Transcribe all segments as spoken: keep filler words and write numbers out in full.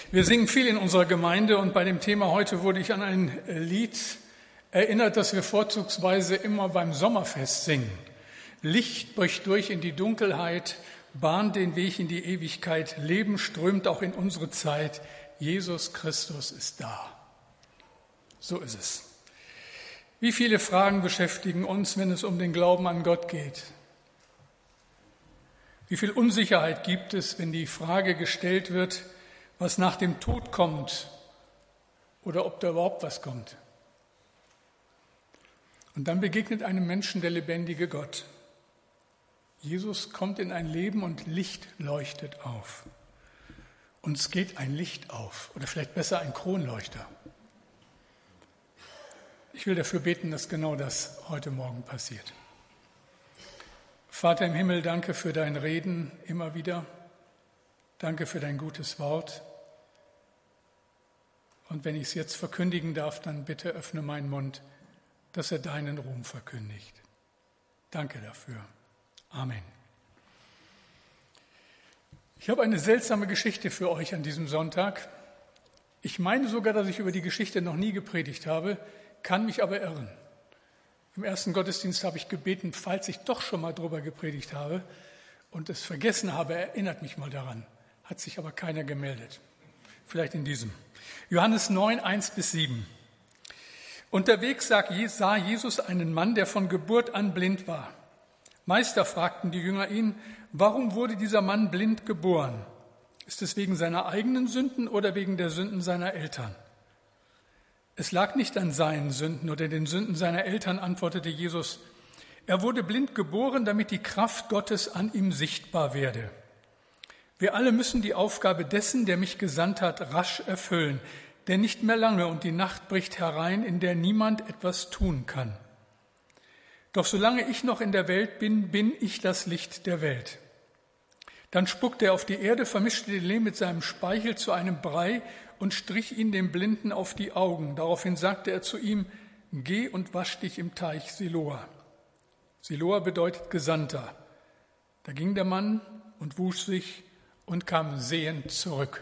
Wir singen viel in unserer Gemeinde und bei dem Thema heute wurde ich an ein Lied erinnert, das wir vorzugsweise immer beim Sommerfest singen. Licht bricht durch in die Dunkelheit, bahnt den Weg in die Ewigkeit, Leben strömt auch in unsere Zeit, Jesus Christus ist da. So ist es. Wie viele Fragen beschäftigen uns, wenn es um den Glauben an Gott geht? Wie viel Unsicherheit gibt es, wenn die Frage gestellt wird, was nach dem Tod kommt oder ob da überhaupt was kommt? Und dann begegnet einem Menschen der lebendige Gott. Jesus kommt in ein Leben und Licht leuchtet auf. Uns geht ein Licht auf oder vielleicht besser ein Kronleuchter. Ich will dafür beten, dass genau das heute Morgen passiert. Vater im Himmel, danke für dein Reden immer wieder. Danke für dein gutes Wort. Und wenn ich es jetzt verkündigen darf, dann bitte öffne meinen Mund, dass er deinen Ruhm verkündigt. Danke dafür. Amen. Ich habe eine seltsame Geschichte für euch an diesem Sonntag. Ich meine sogar, dass ich über die Geschichte noch nie gepredigt habe, kann mich aber irren. Im ersten Gottesdienst habe ich gebeten, falls ich doch schon mal drüber gepredigt habe und es vergessen habe, erinnert mich mal daran. Hat sich aber keiner gemeldet. Vielleicht in diesem. Johannes neun, eins bis sieben. Unterwegs sah Jesus einen Mann, der von Geburt an blind war. Meister, fragten die Jünger ihn, warum wurde dieser Mann blind geboren? Ist es wegen seiner eigenen Sünden oder wegen der Sünden seiner Eltern? Es lag nicht an seinen Sünden oder den Sünden seiner Eltern, antwortete Jesus. Er wurde blind geboren, damit die Kraft Gottes an ihm sichtbar werde. Wir alle müssen die Aufgabe dessen, der mich gesandt hat, rasch erfüllen, denn nicht mehr lange und die Nacht bricht herein, in der niemand etwas tun kann. Doch solange ich noch in der Welt bin, bin ich das Licht der Welt. Dann spuckte er auf die Erde, vermischte den Lehm mit seinem Speichel zu einem Brei und strich ihn dem Blinden auf die Augen. Daraufhin sagte er zu ihm, geh und wasch dich im Teich Siloa. Siloa bedeutet Gesandter. Da ging der Mann und wusch sich und kam sehend zurück.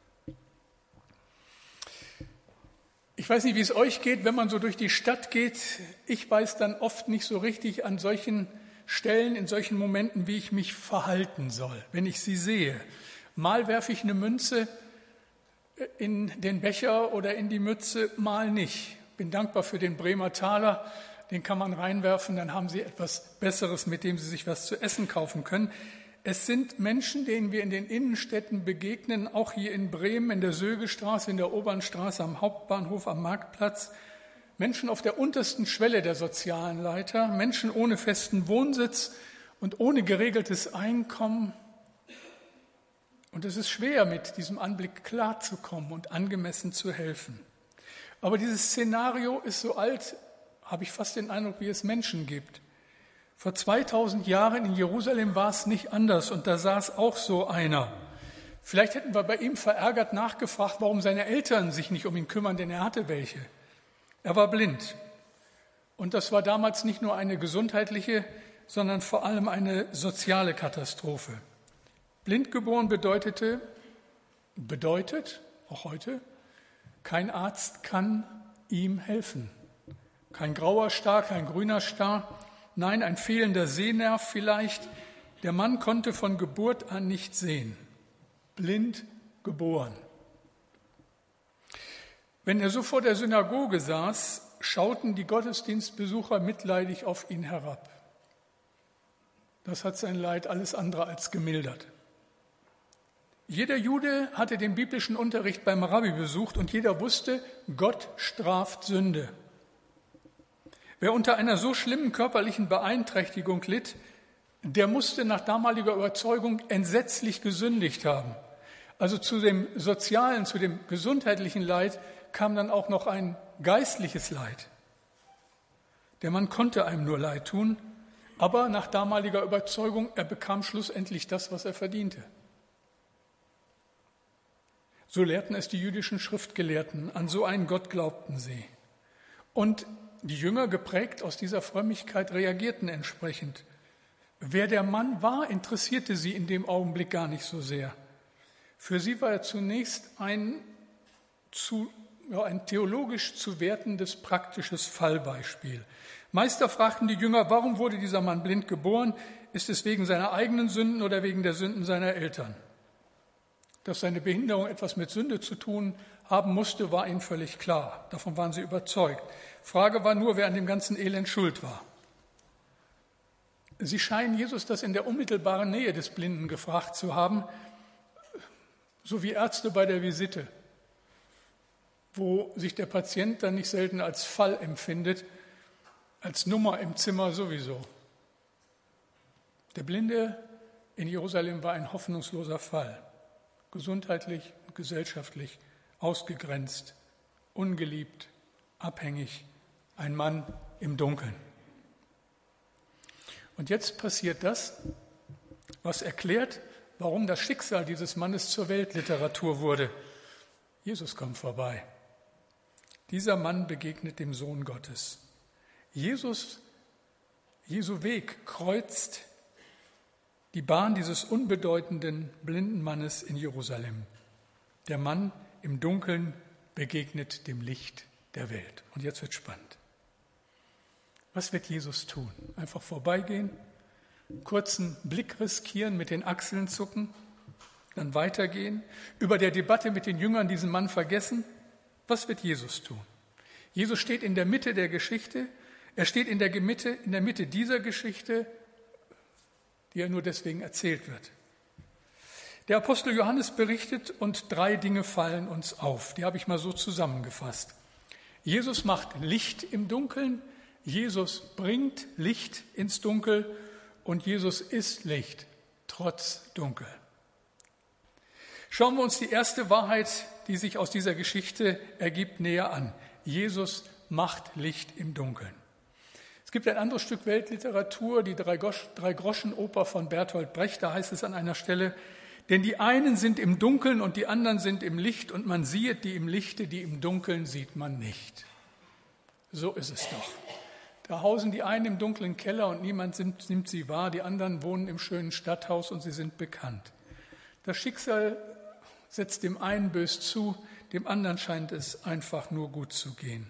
Ich weiß nicht, wie es euch geht, wenn man so durch die Stadt geht. Ich weiß dann oft nicht so richtig an solchen Stellen, in solchen Momenten, wie ich mich verhalten soll, wenn ich sie sehe. Mal werfe ich eine Münze in den Becher oder in die Mütze, mal nicht. Bin dankbar für den Bremer Taler, den kann man reinwerfen, dann haben Sie etwas Besseres, mit dem Sie sich was zu essen kaufen können. Es sind Menschen, denen wir in den Innenstädten begegnen, auch hier in Bremen, in der Sögestraße, in der Obernstraße, am Hauptbahnhof, am Marktplatz. Menschen auf der untersten Schwelle der sozialen Leiter, Menschen ohne festen Wohnsitz und ohne geregeltes Einkommen. Und es ist schwer, mit diesem Anblick klarzukommen und angemessen zu helfen. Aber dieses Szenario ist so alt, habe ich fast den Eindruck, wie es Menschen gibt. Vor zweitausend Jahren in Jerusalem war es nicht anders und da saß auch so einer. Vielleicht hätten wir bei ihm verärgert nachgefragt, warum seine Eltern sich nicht um ihn kümmern, denn er hatte welche. Er war blind. Und das war damals nicht nur eine gesundheitliche, sondern vor allem eine soziale Katastrophe. Blind geboren bedeutete, bedeutet, auch heute, kein Arzt kann ihm helfen. Kein grauer Star, kein grüner Star, nein, ein fehlender Sehnerv vielleicht. Der Mann konnte von Geburt an nicht sehen. Blind geboren. Wenn er so vor der Synagoge saß, schauten die Gottesdienstbesucher mitleidig auf ihn herab. Das hat sein Leid alles andere als gemildert. Jeder Jude hatte den biblischen Unterricht beim Rabbi besucht und jeder wusste, Gott straft Sünde. Wer unter einer so schlimmen körperlichen Beeinträchtigung litt, der musste nach damaliger Überzeugung entsetzlich gesündigt haben. Also zu dem sozialen, zu dem gesundheitlichen Leid kam dann auch noch ein geistliches Leid. Der Mann konnte einem nur leid tun, aber nach damaliger Überzeugung, er bekam schlussendlich das, was er verdiente. So lehrten es die jüdischen Schriftgelehrten, an so einen Gott glaubten sie. Und die Jünger, geprägt aus dieser Frömmigkeit, reagierten entsprechend. Wer der Mann war, interessierte sie in dem Augenblick gar nicht so sehr. Für sie war er zunächst ein, zu, ja, ein theologisch zu wertendes, praktisches Fallbeispiel. Meister, fragten die Jünger, warum wurde dieser Mann blind geboren? Ist es wegen seiner eigenen Sünden oder wegen der Sünden seiner Eltern? Dass seine Behinderung etwas mit Sünde zu tun haben musste, war ihnen völlig klar. Davon waren sie überzeugt. Frage war nur, wer an dem ganzen Elend schuld war. Sie scheinen Jesus das in der unmittelbaren Nähe des Blinden gefragt zu haben, so wie Ärzte bei der Visite, wo sich der Patient dann nicht selten als Fall empfindet, als Nummer im Zimmer sowieso. Der Blinde in Jerusalem war ein hoffnungsloser Fall, gesundheitlich und gesellschaftlich ausgegrenzt, ungeliebt, abhängig, ein Mann im Dunkeln. Und jetzt passiert das, was erklärt, warum das Schicksal dieses Mannes zur Weltliteratur wurde. Jesus kommt vorbei. Dieser Mann begegnet dem Sohn Gottes. Jesus, Jesu Weg kreuzt die Bahn dieses unbedeutenden blinden Mannes in Jerusalem. Der Mann im Dunkeln begegnet dem Licht der Welt. Und jetzt wird spannend. Was wird Jesus tun? Einfach vorbeigehen, einen kurzen Blick riskieren, mit den Achseln zucken, dann weitergehen, über der Debatte mit den Jüngern diesen Mann vergessen? Was wird Jesus tun? Jesus steht in der Mitte der Geschichte. Er steht in der Mitte, in der Mitte dieser Geschichte, die ja nur deswegen erzählt wird. Der Apostel Johannes berichtet und drei Dinge fallen uns auf. Die habe ich mal so zusammengefasst. Jesus macht Licht im Dunkeln, Jesus bringt Licht ins Dunkel und Jesus ist Licht, trotz Dunkel. Schauen wir uns die erste Wahrheit, die sich aus dieser Geschichte ergibt, näher an. Jesus macht Licht im Dunkeln. Es gibt ein anderes Stück Weltliteratur, die Drei-Groschen-Oper von Bertolt Brecht, da heißt es an einer Stelle, denn die einen sind im Dunkeln und die anderen sind im Licht und man sieht die im Lichte, die im Dunkeln sieht man nicht. So ist es doch. Da hausen die einen im dunklen Keller und niemand nimmt sie wahr, die anderen wohnen im schönen Stadthaus und sie sind bekannt. Das Schicksal setzt dem einen bös zu, dem anderen scheint es einfach nur gut zu gehen.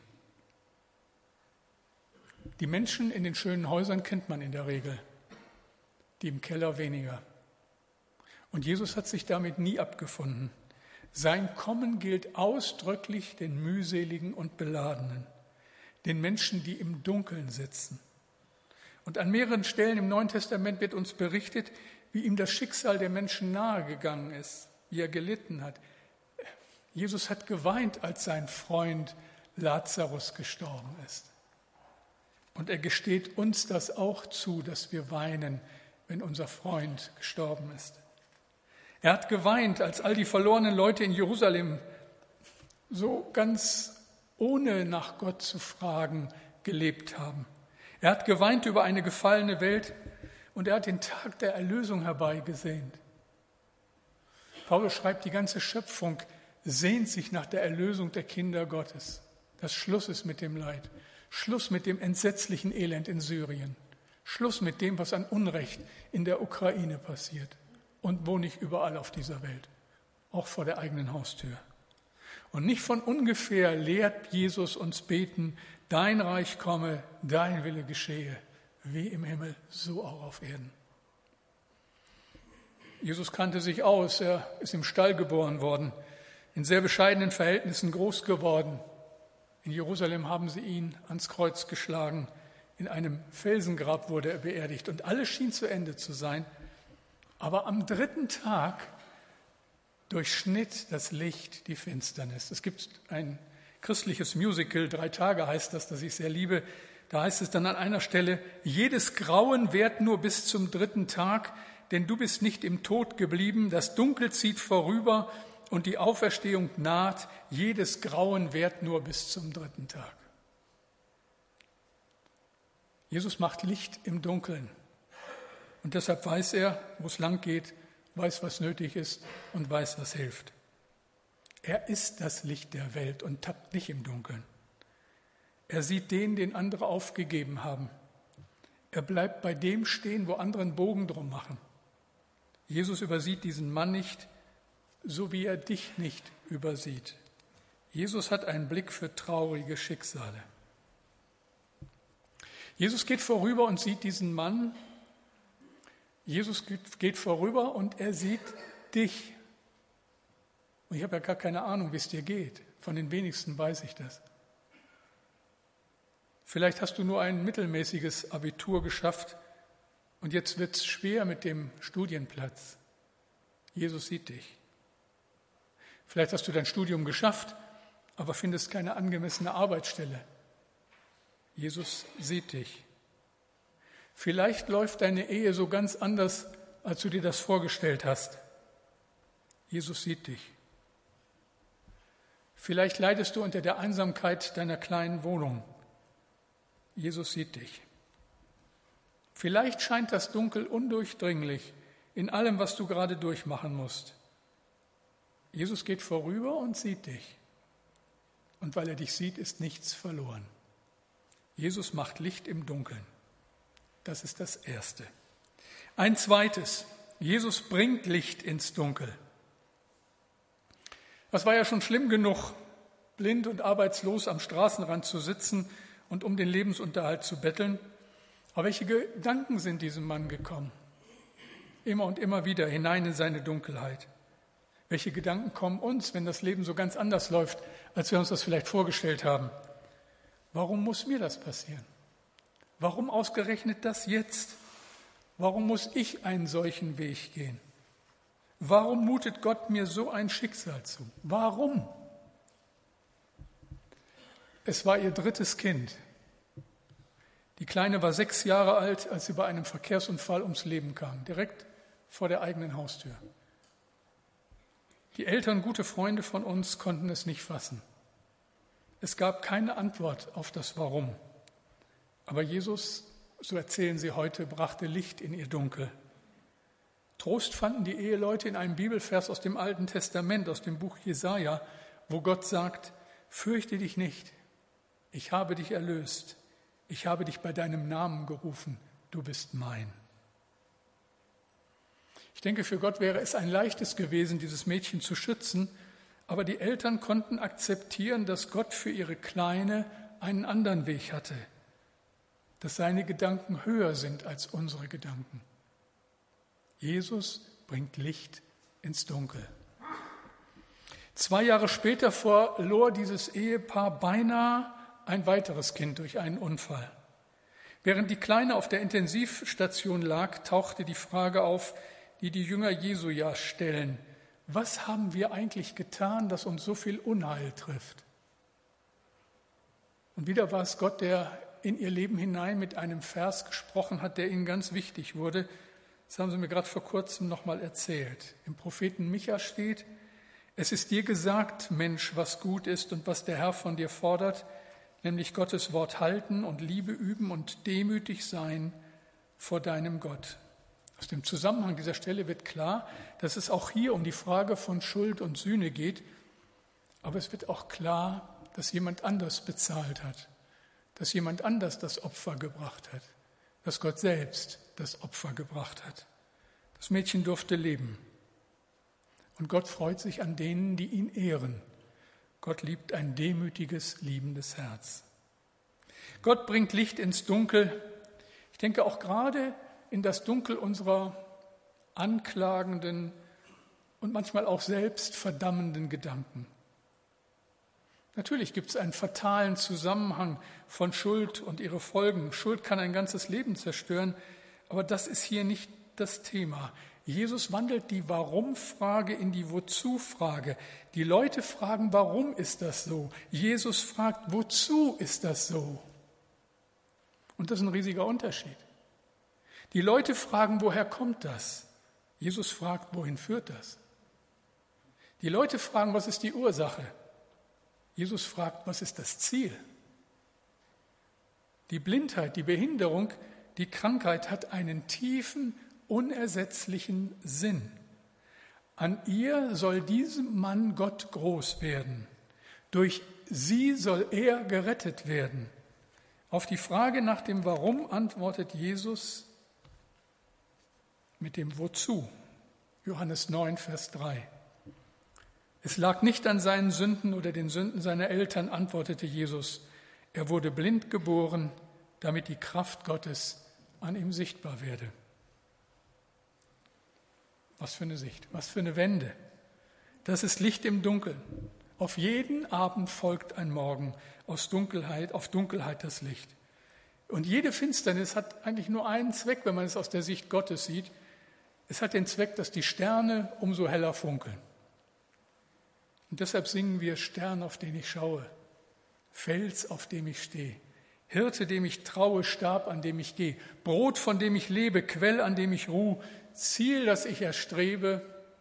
Die Menschen in den schönen Häusern kennt man in der Regel, die im Keller weniger. Und Jesus hat sich damit nie abgefunden. Sein Kommen gilt ausdrücklich den Mühseligen und Beladenen, den Menschen, die im Dunkeln sitzen. Und an mehreren Stellen im Neuen Testament wird uns berichtet, wie ihm das Schicksal der Menschen nahegegangen ist, wie er gelitten hat. Jesus hat geweint, als sein Freund Lazarus gestorben ist. Und er gesteht uns das auch zu, dass wir weinen, wenn unser Freund gestorben ist. Er hat geweint, als all die verlorenen Leute in Jerusalem so ganz ohne nach Gott zu fragen gelebt haben. Er hat geweint über eine gefallene Welt und er hat den Tag der Erlösung herbeigesehnt. Paulus schreibt, die ganze Schöpfung sehnt sich nach der Erlösung der Kinder Gottes. Das Schluss ist mit dem Leid. Schluss mit dem entsetzlichen Elend in Syrien. Schluss mit dem, was an Unrecht in der Ukraine passiert. Und wo nicht überall auf dieser Welt. Auch vor der eigenen Haustür. Und nicht von ungefähr lehrt Jesus uns beten, dein Reich komme, dein Wille geschehe, wie im Himmel, so auch auf Erden. Jesus kannte sich aus, er ist im Stall geboren worden, in sehr bescheidenen Verhältnissen groß geworden. In Jerusalem haben sie ihn ans Kreuz geschlagen, in einem Felsengrab wurde er beerdigt und alles schien zu Ende zu sein. Aber am dritten Tag durchschnitt das Licht die Finsternis. Es gibt ein christliches Musical, Drei Tage heißt das, das ich sehr liebe. Da heißt es dann an einer Stelle, jedes Grauen währt nur bis zum dritten Tag, denn du bist nicht im Tod geblieben, das Dunkel zieht vorüber und die Auferstehung naht, jedes Grauen währt nur bis zum dritten Tag. Jesus macht Licht im Dunkeln und deshalb weiß er, wo es lang geht, weiß, was nötig ist und weiß, was hilft. Er ist das Licht der Welt und tappt nicht im Dunkeln. Er sieht den, den andere aufgegeben haben. Er bleibt bei dem stehen, wo andere einen Bogen drum machen. Jesus übersieht diesen Mann nicht, so wie er dich nicht übersieht. Jesus hat einen Blick für traurige Schicksale. Jesus geht vorüber und sieht diesen Mann. Jesus geht vorüber und er sieht dich. Und ich habe ja gar keine Ahnung, wie es dir geht. Von den wenigsten weiß ich das. Vielleicht hast du nur ein mittelmäßiges Abitur geschafft und jetzt wird es schwer mit dem Studienplatz. Jesus sieht dich. Vielleicht hast du dein Studium geschafft, aber findest keine angemessene Arbeitsstelle. Jesus sieht dich. Vielleicht läuft deine Ehe so ganz anders, als du dir das vorgestellt hast. Jesus sieht dich. Vielleicht leidest du unter der Einsamkeit deiner kleinen Wohnung. Jesus sieht dich. Vielleicht scheint das Dunkel undurchdringlich in allem, was du gerade durchmachen musst. Jesus geht vorüber und sieht dich. Und weil er dich sieht, ist nichts verloren. Jesus macht Licht im Dunkeln. Das ist das Erste. Ein zweites. Jesus bringt Licht ins Dunkel. Das war ja schon schlimm genug, blind und arbeitslos am Straßenrand zu sitzen und um den Lebensunterhalt zu betteln. Aber welche Gedanken sind diesem Mann gekommen? Immer und immer wieder hinein in seine Dunkelheit. Welche Gedanken kommen uns, wenn das Leben so ganz anders läuft, als wir uns das vielleicht vorgestellt haben? Warum muss mir das passieren? Warum ausgerechnet das jetzt? Warum muss ich einen solchen Weg gehen? Warum mutet Gott mir so ein Schicksal zu? Warum? Es war ihr drittes Kind. Die Kleine war sechs Jahre alt, als sie bei einem Verkehrsunfall ums Leben kam, direkt vor der eigenen Haustür. Die Eltern, gute Freunde von uns, konnten es nicht fassen. Es gab keine Antwort auf das Warum. Aber Jesus, so erzählen sie heute, brachte Licht in ihr Dunkel. Trost fanden die Eheleute in einem Bibelvers aus dem Alten Testament, aus dem Buch Jesaja, wo Gott sagt: Fürchte dich nicht, ich habe dich erlöst, ich habe dich bei deinem Namen gerufen, du bist mein. Ich denke, für Gott wäre es ein leichtes gewesen, dieses Mädchen zu schützen, aber die Eltern konnten akzeptieren, dass Gott für ihre Kleine einen anderen Weg hatte, dass seine Gedanken höher sind als unsere Gedanken. Jesus bringt Licht ins Dunkel. Zwei Jahre später verlor dieses Ehepaar beinahe ein weiteres Kind durch einen Unfall. Während die Kleine auf der Intensivstation lag, tauchte die Frage auf, die die Jünger Jesu ja stellen: Was haben wir eigentlich getan, dass uns so viel Unheil trifft? Und wieder war es Gott, der in ihr Leben hinein mit einem Vers gesprochen hat, der ihnen ganz wichtig wurde. Das haben sie mir gerade vor kurzem noch mal erzählt. Im Propheten Micha steht: Es ist dir gesagt, Mensch, was gut ist und was der Herr von dir fordert, nämlich Gottes Wort halten und Liebe üben und demütig sein vor deinem Gott. Aus dem Zusammenhang dieser Stelle wird klar, dass es auch hier um die Frage von Schuld und Sühne geht, aber es wird auch klar, dass jemand anders bezahlt hat, dass jemand anders das Opfer gebracht hat, dass Gott selbst das Opfer gebracht hat. Das Mädchen durfte leben. Und Gott freut sich an denen, die ihn ehren. Gott liebt ein demütiges, liebendes Herz. Gott bringt Licht ins Dunkel. Ich denke auch gerade in das Dunkel unserer anklagenden und manchmal auch selbstverdammenden Gedanken. Natürlich gibt es einen fatalen Zusammenhang von Schuld und ihre Folgen. Schuld kann ein ganzes Leben zerstören, aber das ist hier nicht das Thema. Jesus wandelt die Warum-Frage in die Wozu-Frage. Die Leute fragen, warum ist das so? Jesus fragt, wozu ist das so? Und das ist ein riesiger Unterschied. Die Leute fragen, woher kommt das? Jesus fragt, wohin führt das? Die Leute fragen, was ist die Ursache? Jesus fragt, was ist das Ziel? Die Blindheit, die Behinderung, die Krankheit hat einen tiefen, unersetzlichen Sinn. An ihr soll diesem Mann Gott groß werden. Durch sie soll er gerettet werden. Auf die Frage nach dem Warum antwortet Jesus mit dem Wozu. Johannes neun, Vers drei. Es lag nicht an seinen Sünden oder den Sünden seiner Eltern, antwortete Jesus. Er wurde blind geboren, damit die Kraft Gottes an ihm sichtbar werde. Was für eine Sicht, was für eine Wende. Das ist Licht im Dunkeln. Auf jeden Abend folgt ein Morgen, aus Dunkelheit, auf Dunkelheit das Licht. Und jede Finsternis hat eigentlich nur einen Zweck, wenn man es aus der Sicht Gottes sieht. Es hat den Zweck, dass die Sterne umso heller funkeln. Und deshalb singen wir: Stern, auf den ich schaue, Fels, auf dem ich stehe, Hirte, dem ich traue, Stab, an dem ich gehe, Brot, von dem ich lebe, Quell, an dem ich ruhe, Ziel, das ich erstrebe.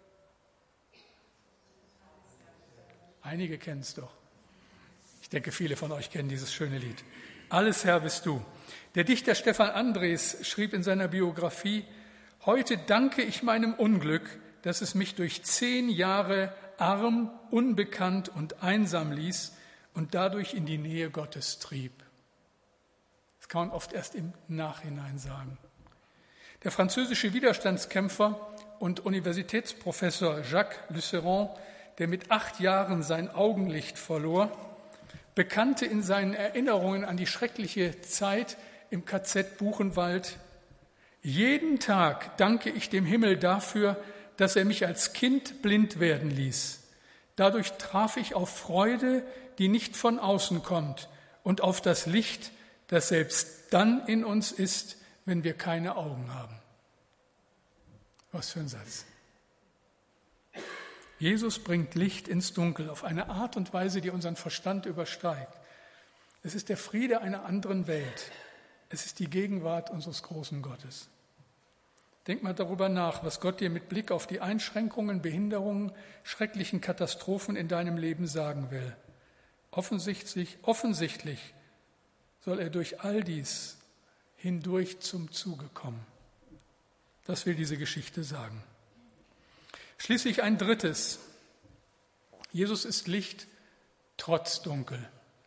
Einige kennen es doch. Ich denke, viele von euch kennen dieses schöne Lied. Alles, Herr, bist du. Der Dichter Stefan Andres schrieb in seiner Biografie: Heute danke ich meinem Unglück, dass es mich durch zehn Jahre arm, unbekannt und einsam ließ und dadurch in die Nähe Gottes trieb. Das kann man oft erst im Nachhinein sagen. Der französische Widerstandskämpfer und Universitätsprofessor Jacques Lucéron, der mit acht Jahren sein Augenlicht verlor, bekannte in seinen Erinnerungen an die schreckliche Zeit im K Z Buchenwald: Jeden Tag danke ich dem Himmel dafür, dass er mich als Kind blind werden ließ. Dadurch traf ich auf Freude, die nicht von außen kommt, und auf das Licht, das selbst dann in uns ist, wenn wir keine Augen haben. Was für ein Satz. Jesus bringt Licht ins Dunkel auf eine Art und Weise, die unseren Verstand übersteigt. Es ist der Friede einer anderen Welt. Es ist die Gegenwart unseres großen Gottes. Denk mal darüber nach, was Gott dir mit Blick auf die Einschränkungen, Behinderungen, schrecklichen Katastrophen in deinem Leben sagen will. Offensichtlich, offensichtlich soll er durch all dies hindurch zum Zuge kommen. Das will diese Geschichte sagen. Schließlich ein drittes. Jesus ist Licht trotz Dunkel.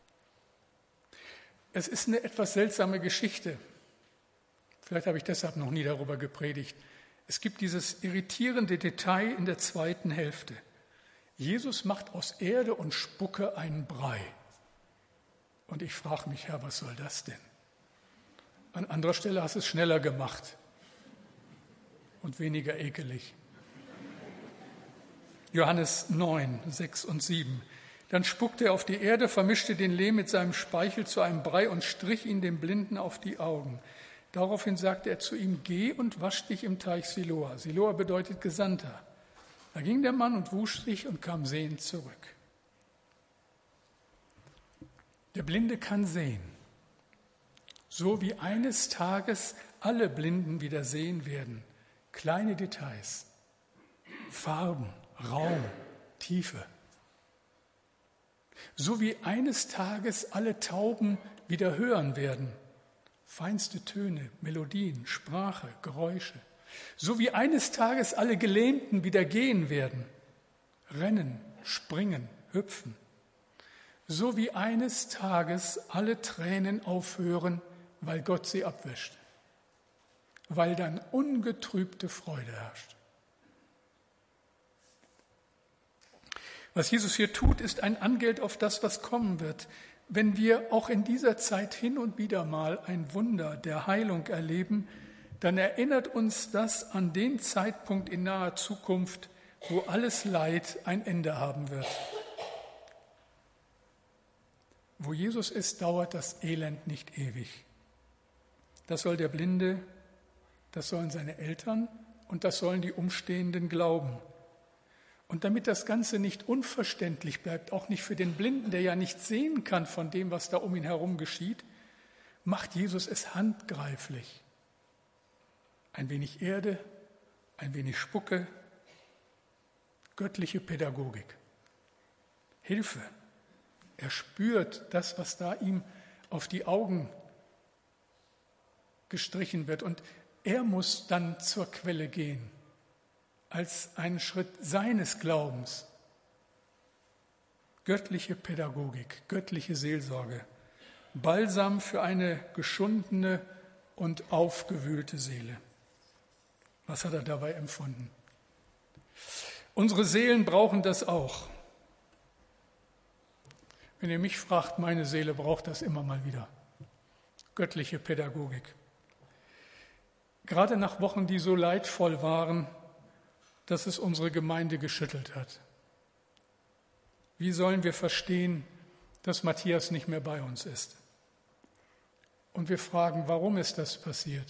Es ist eine etwas seltsame Geschichte. Vielleicht habe ich deshalb noch nie darüber gepredigt. Es gibt dieses irritierende Detail in der zweiten Hälfte. Jesus macht aus Erde und Spucke einen Brei. Und ich frage mich, Herr, was soll das denn? An anderer Stelle hast du es schneller gemacht und weniger ekelig. Johannes neun, sechs und sieben. Dann spuckte er auf die Erde, vermischte den Lehm mit seinem Speichel zu einem Brei und strich ihn dem Blinden auf die Augen. Daraufhin sagte er zu ihm: Geh und wasch dich im Teich Siloa. Siloa bedeutet Gesandter. Da ging der Mann und wusch sich und kam sehend zurück. Der Blinde kann sehen, so wie eines Tages alle Blinden wieder sehen werden. Kleine Details, Farben, Raum, Tiefe. So wie eines Tages alle Tauben wieder hören werden. Feinste Töne, Melodien, Sprache, Geräusche. So wie eines Tages alle Gelähmten wieder gehen werden. Rennen, springen, hüpfen. So wie eines Tages alle Tränen aufhören, weil Gott sie abwäscht. Weil dann ungetrübte Freude herrscht. Was Jesus hier tut, ist ein Angeld auf das, was kommen wird. Wenn wir auch in dieser Zeit hin und wieder mal ein Wunder der Heilung erleben, dann erinnert uns das an den Zeitpunkt in naher Zukunft, wo alles Leid ein Ende haben wird. Wo Jesus ist, dauert das Elend nicht ewig. Das soll der Blinde, das sollen seine Eltern und das sollen die Umstehenden glauben. Und damit das Ganze nicht unverständlich bleibt, auch nicht für den Blinden, der ja nicht sehen kann von dem, was da um ihn herum geschieht, macht Jesus es handgreiflich. Ein wenig Erde, ein wenig Spucke, göttliche Pädagogik, Hilfe. Er spürt das, was da ihm auf die Augen gestrichen wird. Und er muss dann zur Quelle gehen, als einen Schritt seines Glaubens. Göttliche Pädagogik, göttliche Seelsorge, Balsam für eine geschundene und aufgewühlte Seele. Was hat er dabei empfunden? Unsere Seelen brauchen das auch. Wenn ihr mich fragt, meine Seele braucht das immer mal wieder. Göttliche Pädagogik. Gerade nach Wochen, die so leidvoll waren, dass es unsere Gemeinde geschüttelt hat. Wie sollen wir verstehen, dass Matthias nicht mehr bei uns ist? Und wir fragen, warum ist das passiert?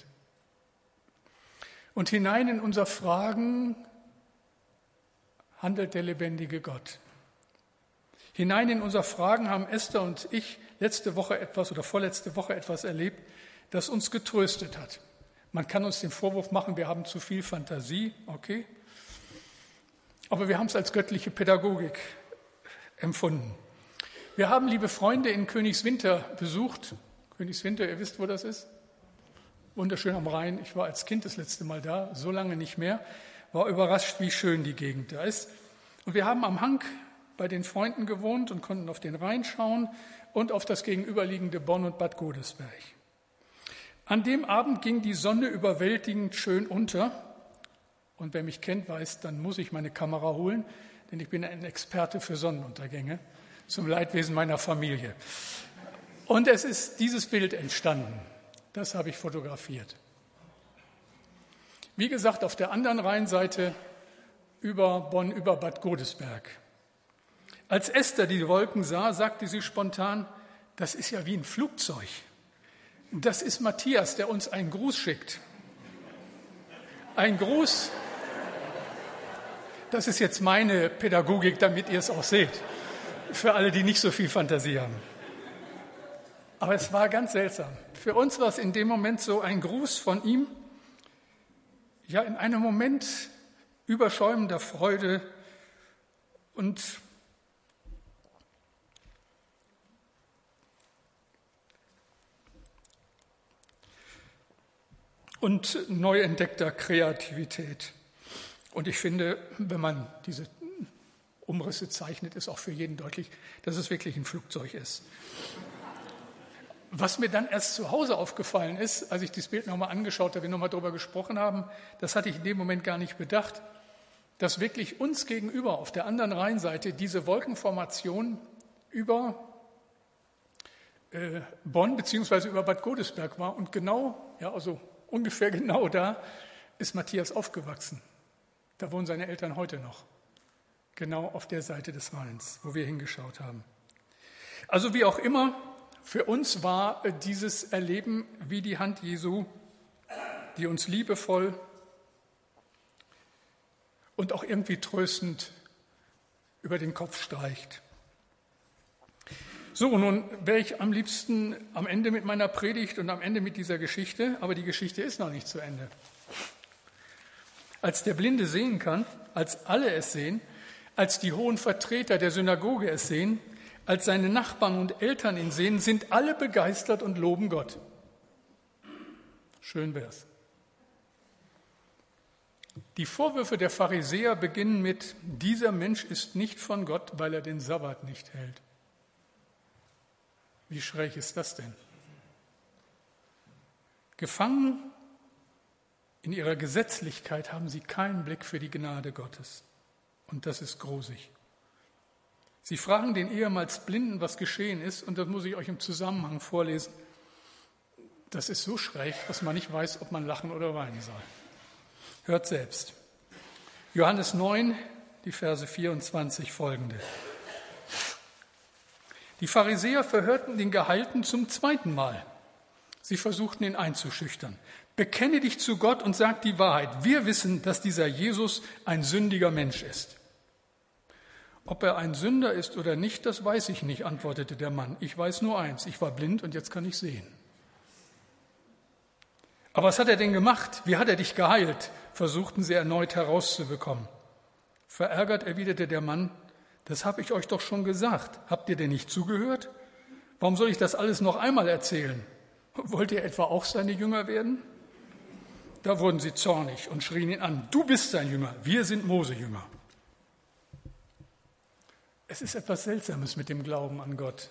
Und hinein in unser Fragen handelt der lebendige Gott. Hinein in unser Fragen haben Esther und ich letzte Woche etwas oder vorletzte Woche etwas erlebt, das uns getröstet hat. Man kann uns den Vorwurf machen, wir haben zu viel Fantasie, okay. Aber wir haben es als göttliche Pädagogik empfunden. Wir haben, liebe Freunde, in Königswinter besucht. Königswinter, ihr wisst, wo das ist? Wunderschön am Rhein. Ich war als Kind das letzte Mal da, so lange nicht mehr. War überrascht, wie schön die Gegend da ist. Und wir haben am Hang bei den Freunden gewohnt und konnten auf den Rhein schauen und auf das gegenüberliegende Bonn und Bad Godesberg. An dem Abend ging die Sonne überwältigend schön unter. Und wer mich kennt, weiß, dann muss ich meine Kamera holen, denn ich bin ein Experte für Sonnenuntergänge, zum Leidwesen meiner Familie. Und es ist dieses Bild entstanden. Das habe ich fotografiert. Wie gesagt, auf der anderen Rheinseite über Bonn, über Bad Godesberg. Als Esther die Wolken sah, sagte sie spontan, das ist ja wie ein Flugzeug. Das ist Matthias, der uns einen Gruß schickt. Ein Gruß, das ist jetzt meine Pädagogik, damit ihr es auch seht, für alle, die nicht so viel Fantasie haben. Aber es war ganz seltsam. Für uns war es in dem Moment so ein Gruß von ihm, ja, in einem Moment überschäumender Freude und und neu entdeckter Kreativität. Und ich finde, wenn man diese Umrisse zeichnet, ist auch für jeden deutlich, dass es wirklich ein Flugzeug ist. Was mir dann erst zu Hause aufgefallen ist, als ich das Bild nochmal angeschaut habe, wir nochmal darüber gesprochen haben, das hatte ich in dem Moment gar nicht bedacht, dass wirklich uns gegenüber auf der anderen Rheinseite diese Wolkenformation über äh, Bonn bzw. über Bad Godesberg war. Und genau, ja, also ungefähr genau da ist Matthias aufgewachsen. Da wohnen seine Eltern heute noch. Genau auf der Seite des Rheins, wo wir hingeschaut haben. Also wie auch immer, für uns war dieses Erleben wie die Hand Jesu, die uns liebevoll und auch irgendwie tröstend über den Kopf streicht. So, nun wäre ich am liebsten am Ende mit meiner Predigt und am Ende mit dieser Geschichte, aber die Geschichte ist noch nicht zu Ende. Als der Blinde sehen kann, als alle es sehen, als die hohen Vertreter der Synagoge es sehen, als seine Nachbarn und Eltern ihn sehen, sind alle begeistert und loben Gott. Schön wär's. Die Vorwürfe der Pharisäer beginnen mit, dieser Mensch ist nicht von Gott, weil er den Sabbat nicht hält. Wie schräg ist das denn? Gefangen in ihrer Gesetzlichkeit haben sie keinen Blick für die Gnade Gottes. Und das ist grusig. Sie fragen den ehemals Blinden, was geschehen ist, und das muss ich euch im Zusammenhang vorlesen. Das ist so schräg, dass man nicht weiß, ob man lachen oder weinen soll. Hört selbst. Johannes neun, die Verse vierundzwanzig folgende. Die Pharisäer verhörten den Geheilten zum zweiten Mal. Sie versuchten ihn einzuschüchtern. Bekenne dich zu Gott und sag die Wahrheit. Wir wissen, dass dieser Jesus ein sündiger Mensch ist. Ob er ein Sünder ist oder nicht, das weiß ich nicht, antwortete der Mann. Ich weiß nur eins, ich war blind und jetzt kann ich sehen. Aber was hat er denn gemacht? Wie hat er dich geheilt? Versuchten sie erneut herauszubekommen. Verärgert erwiderte der Mann, das habe ich euch doch schon gesagt. Habt ihr denn nicht zugehört? Warum soll ich das alles noch einmal erzählen? Wollt ihr etwa auch seine Jünger werden? Da wurden sie zornig und schrien ihn an. Du bist sein Jünger, wir sind Mose-Jünger. Es ist etwas Seltsames mit dem Glauben an Gott.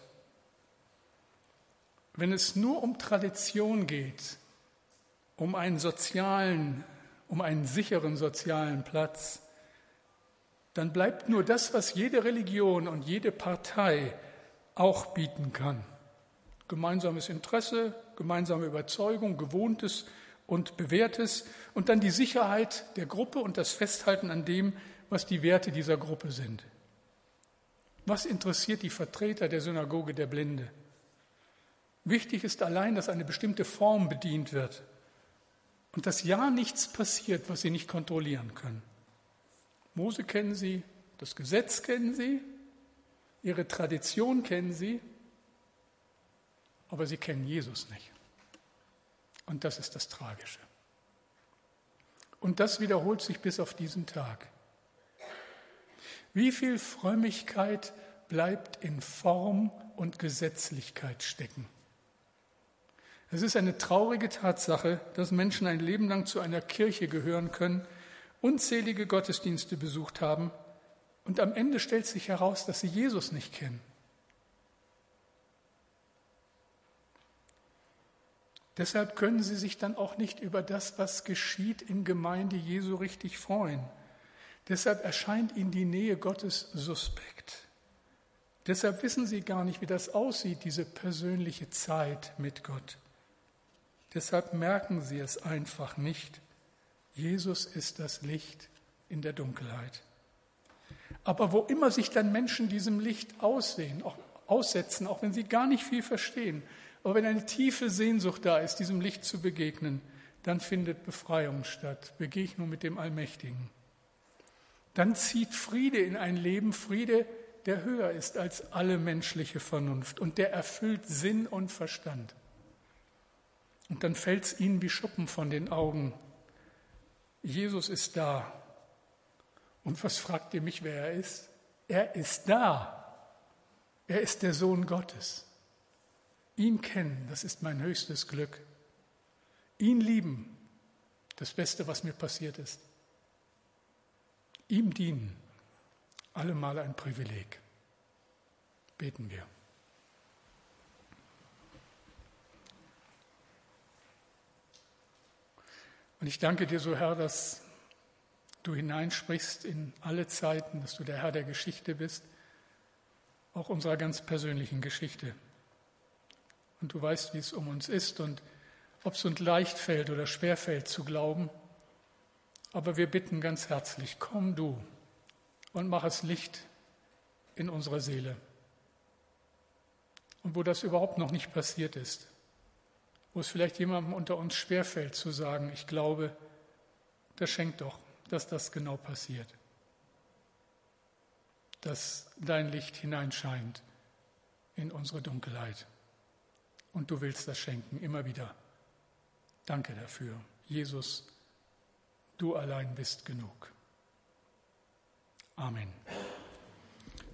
Wenn es nur um Tradition geht, um einen sozialen, um einen sicheren sozialen Platz, dann bleibt nur das, was jede Religion und jede Partei auch bieten kann. Gemeinsames Interesse, gemeinsame Überzeugung, Gewohntes und Bewährtes und dann die Sicherheit der Gruppe und das Festhalten an dem, was die Werte dieser Gruppe sind. Was interessiert die Vertreter der Synagoge der Blinde? Wichtig ist allein, dass eine bestimmte Form bedient wird und dass ja nichts passiert, was sie nicht kontrollieren können. Mose kennen sie, das Gesetz kennen sie, ihre Tradition kennen sie, aber sie kennen Jesus nicht. Und das ist das Tragische. Und das wiederholt sich bis auf diesen Tag. Wie viel Frömmigkeit bleibt in Form und Gesetzlichkeit stecken? Es ist eine traurige Tatsache, dass Menschen ein Leben lang zu einer Kirche gehören können, unzählige Gottesdienste besucht haben und am Ende stellt sich heraus, dass sie Jesus nicht kennen. Deshalb können sie sich dann auch nicht über das, was geschieht in Gemeinde Jesu, richtig freuen. Deshalb erscheint ihnen die Nähe Gottes suspekt. Deshalb wissen sie gar nicht, wie das aussieht, diese persönliche Zeit mit Gott. Deshalb merken sie es einfach nicht. Jesus ist das Licht in der Dunkelheit. Aber wo immer sich dann Menschen diesem Licht aussehen, auch aussetzen, auch wenn sie gar nicht viel verstehen, aber wenn eine tiefe Sehnsucht da ist, diesem Licht zu begegnen, dann findet Befreiung statt, Begegnung mit dem Allmächtigen. Dann zieht Friede in ein Leben, Friede, der höher ist als alle menschliche Vernunft und der erfüllt Sinn und Verstand. Und dann fällt es ihnen wie Schuppen von den Augen. Jesus ist da. Und was fragt ihr mich, wer er ist? Er ist da. Er ist der Sohn Gottes. Ihn kennen, das ist mein höchstes Glück. Ihn lieben, das Beste, was mir passiert ist. Ihm dienen, allemal ein Privileg. Beten wir. Und ich danke dir so, Herr, dass du hineinsprichst in alle Zeiten, dass du der Herr der Geschichte bist, auch unserer ganz persönlichen Geschichte. Und du weißt, wie es um uns ist und ob es uns leicht fällt oder schwer fällt zu glauben. Aber wir bitten ganz herzlich, komm du und mach es Licht in unserer Seele. Und wo das überhaupt noch nicht passiert ist, wo es vielleicht jemandem unter uns schwerfällt zu sagen, ich glaube, das schenkt doch, dass das genau passiert. Dass dein Licht hineinscheint in unsere Dunkelheit. Und du willst das schenken, immer wieder. Danke dafür. Jesus, du allein bist genug. Amen.